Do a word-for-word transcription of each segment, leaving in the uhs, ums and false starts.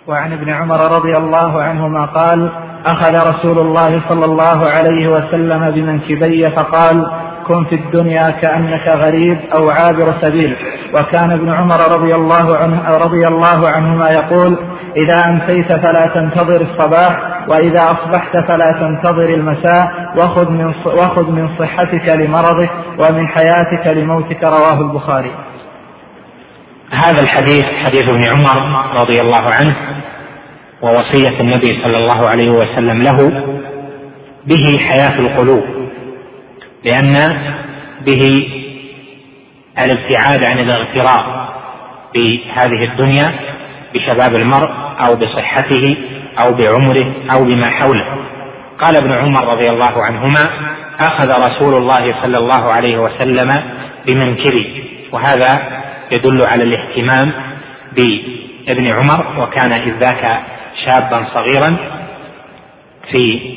وعن ابن عمر رضي الله عنهما قال: أخذ رسول الله صلى الله عليه وسلم بمنكبي فقال: كن في الدنيا كأنك غريب أو عابر سبيل. وكان ابن عمر رضي الله عنه رضي الله عنهما يقول: إذا أمسيت فلا تنتظر الصباح، وإذا أصبحت فلا تنتظر المساء، وخذ من وخذ من صحتك لمرضك ومن حياتك لموتك. رواه البخاري. هذا الحديث حديث ابن عمر رضي الله عنه ووصية النبي صلى الله عليه وسلم له به حياة القلوب، لأن به الابتعاد عن الاغترار بهذه الدنيا بشباب المرء أو بصحته أو بعمره أو بما حوله. قال ابن عمر رضي الله عنهما: أخذ رسول الله صلى الله عليه وسلم بمنكبي، وهذا يدل على الاهتمام بابن عمر، وكان إذ ذاك شابا صغيرا في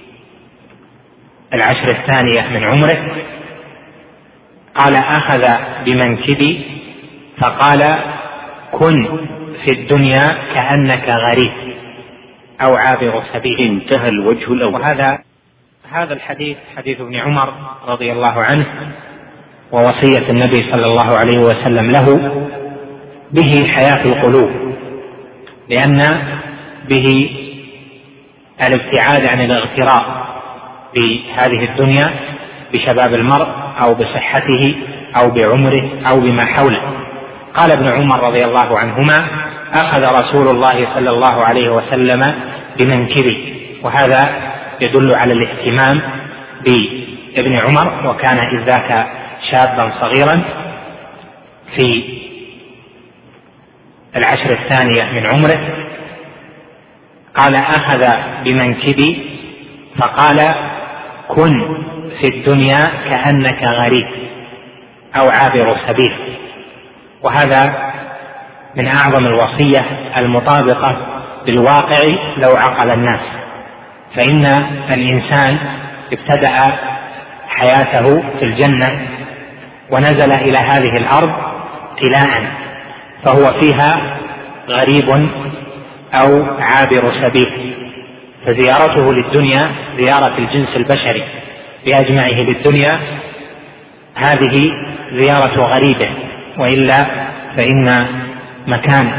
العشر الثانية من عمره. قال: أخذ بمنكبي فقال: كن في الدنيا كأنك غريب أو عابر سبيل. انتهى الوجه الأول. وهذا هذا الحديث حديث ابن عمر رضي الله عنه ووصية النبي صلى الله عليه وسلم له به حياة القلوب، لأن به الابتعاد عن الاغترار بهذه الدنيا بشباب المرء أو بصحته أو بعمره أو بما حوله. قال ابن عمر رضي الله عنهما: أخذ رسول الله صلى الله عليه وسلم بمنكبي، وهذا يدل على الاهتمام بابن عمر، وكان إذ ذاك شابا صغيرا في العشر الثانية من عمره. قال: أخذ بمنكبي فقال: كن في الدنيا كأنك غريب أو عابر سبيل. وهذا من أعظم الوصية المطابقة بالواقع لو عقل الناس، فإن الإنسان ابتدأ حياته في الجنة ونزل إلى هذه الأرض ابتلاء، فهو فيها غريب أو عابر سبيل، فزيارته للدنيا زيارة الجنس البشري بأجمعه للدنيا هذه زيارة غريبة، وإلا فإن مكان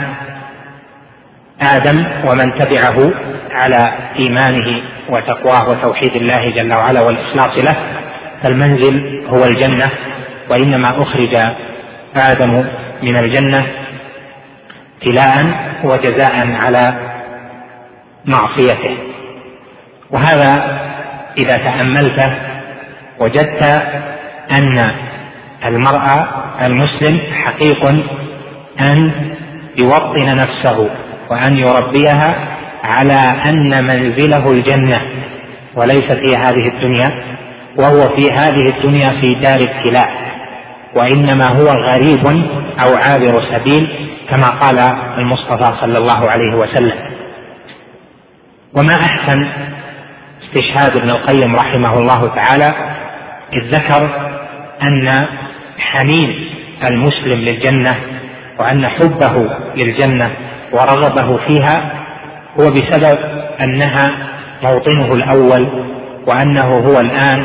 آدم ومن تبعه على إيمانه وتقواه وتوحيد الله جل وعلا والإخلاص له فالمنزل هو الجنة، وإنما أخرج آدم من الجنة ابتلاء وجزاء على معصيته. وهذا إذا تأملته وجدت أن المرأة المسلم حقيق أن يوطن نفسه وأن يربيها على أن منزله الجنة وليس في هذه الدنيا، وهو في هذه الدنيا في دار ابتلاء، وإنما هو غريب أو عابر سبيل كما قال المصطفى صلى الله عليه وسلم. وما أحسن استشهاد ابن القيم رحمه الله تعالى إذ ذكر أن حنين المسلم للجنة وأن حبه للجنة ورغبه فيها هو بسبب أنها موطنه الأول، وأنه هو الآن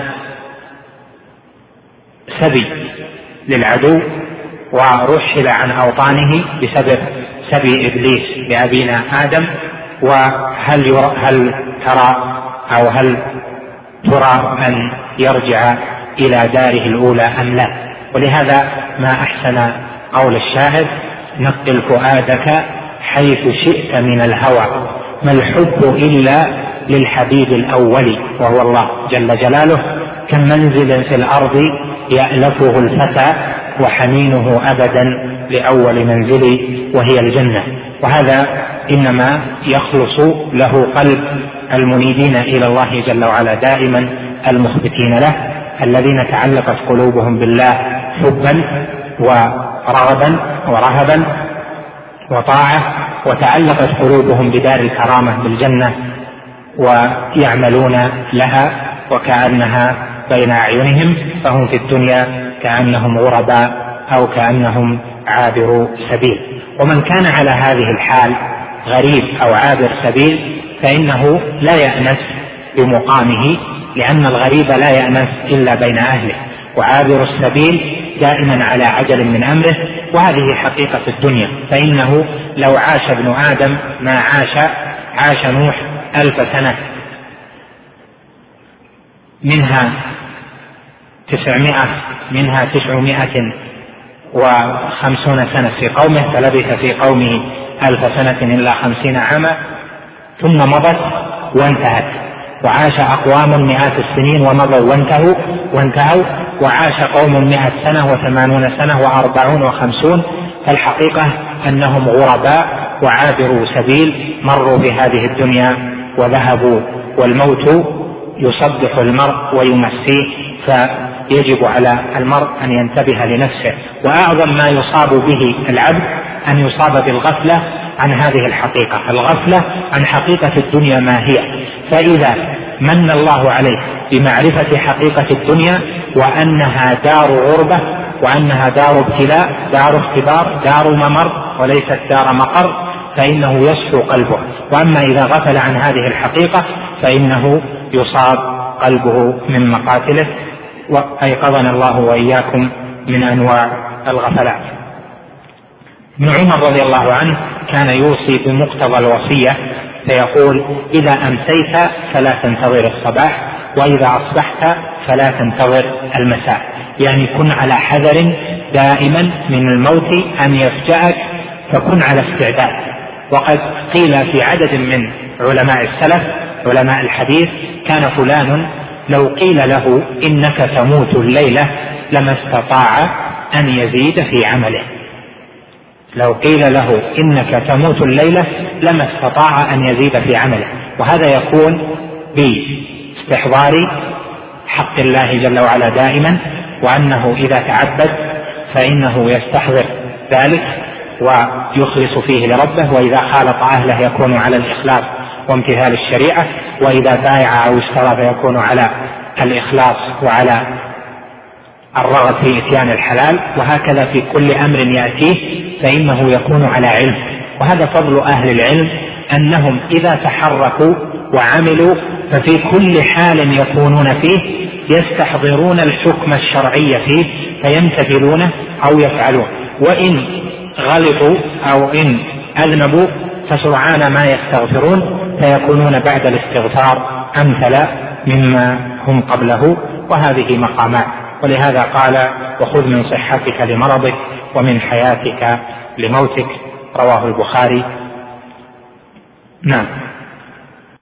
سبي للعدو ورحل عن أوطانه بسبب سبي إبليس لأبينا آدم. وهل هل ترى أو هل ترى أن يرجع إلى داره الأولى أم لا؟ ولهذا ما أحسن قول الشاعر: نقل فؤادك حيث شئت من الهوى، ما الحب إلا للحبيب الأول وهو الله جل جلاله، كم منزل في الأرض يألفه الفتى وحنينه أبدا لأول منزل وهي الجنة. وهذا إنما يخلص له قلب المنيبين إلى الله جل وعلا دائما المخبتين له، الذين تعلقت قلوبهم بالله حبا ورغبا ورهبا وطاعة، وتعلقت قلوبهم بدار الكرامة بالجنة ويعملون لها وكأنها بين أعينهم، فهم في الدنيا كأنهم غرباء أو كأنهم عابروا سبيل. ومن كان على هذه الحال غريب أو عابر سبيل فإنه لا يأنس بمقامه، لأن الغريب لا يأنس إلا بين أهله، وعابر السبيل دائما على عجل من أمره. وهذه حقيقة الدنيا، فإنه لو عاش ابن آدم ما عاش عاش نوح ألف سنة، منها تسعمائة منها تسعمائة وخمسون سنة في قومه، فلبث في قومه ألف سنة إلا خمسين عاما، ثم مضت وانتهت. وعاش أقوام مئات السنين ومضوا وانتهوا وانتهوا وعاش قوم مئة سنة وثمانون سنة وأربعون وخمسون. فالحقيقة أنهم غرباء وعابروا سبيل، مروا بهذه الدنيا وذهبوا، والموت يصبح المرء ويمسيه، فيجب على المرء أن ينتبه لنفسه. وأعظم ما يصاب به العبد أن يصاب بالغفلة عن هذه الحقيقة، الغفلة عن حقيقة الدنيا ما هي. فإذا من الله عليه بمعرفة حقيقة الدنيا وأنها دار غربة وأنها دار ابتلاء، دار اختبار، دار ممر وليست دار مقر، فإنه يصفو قلبه. وأما إذا غفل عن هذه الحقيقة فإنه يصاب قلبه من مقاتله. وأيقظنا الله وإياكم من أنواع الغفلات. ابن عمر رضي الله عنه كان يوصي بمقتضى الوصية فيقول: إذا أمسيت فلا تنتظر الصباح، وإذا أصبحت فلا تنتظر المساء. يعني كن على حذر دائما من الموت أن يفجأك، فكن على استعداد. وقد قيل في عدد من علماء السلف علماء الحديث: كان فلان لو قيل له إنك تموت الليلة لما استطاع أن يزيد في عمله. لو قيل له إنك تموت الليلة لما استطاع أن يزيد في عمله. وهذا يكون باستحضار حق الله جل وعلا دائما، وأنه إذا تعبد فإنه يستحضر ذلك ويخلص فيه لربه، وإذا خالط أهله يكون على الإخلاص وامتثال الشريعة، وإذا بايع أو اشترى فيكون على الإخلاص وعلى الرغب في إتيان الحلال. وهكذا في كل أمر يأتيه فإنه يكون على علم. وهذا فضل أهل العلم، أنهم إذا تحركوا وعملوا ففي كل حال يكونون فيه يستحضرون الحكم الشرعي فيه فيمتثلونه أو يفعلون، وإن غلطوا أو إن أذنبوا فسرعان ما يستغفرون، فيكونون بعد الاستغفار أمثل مما هم قبله. وهذه مقامات. ولهذا قال: وخذ من صحتك لمرضك ومن حياتك لموتك، رواه البخاري. نعم.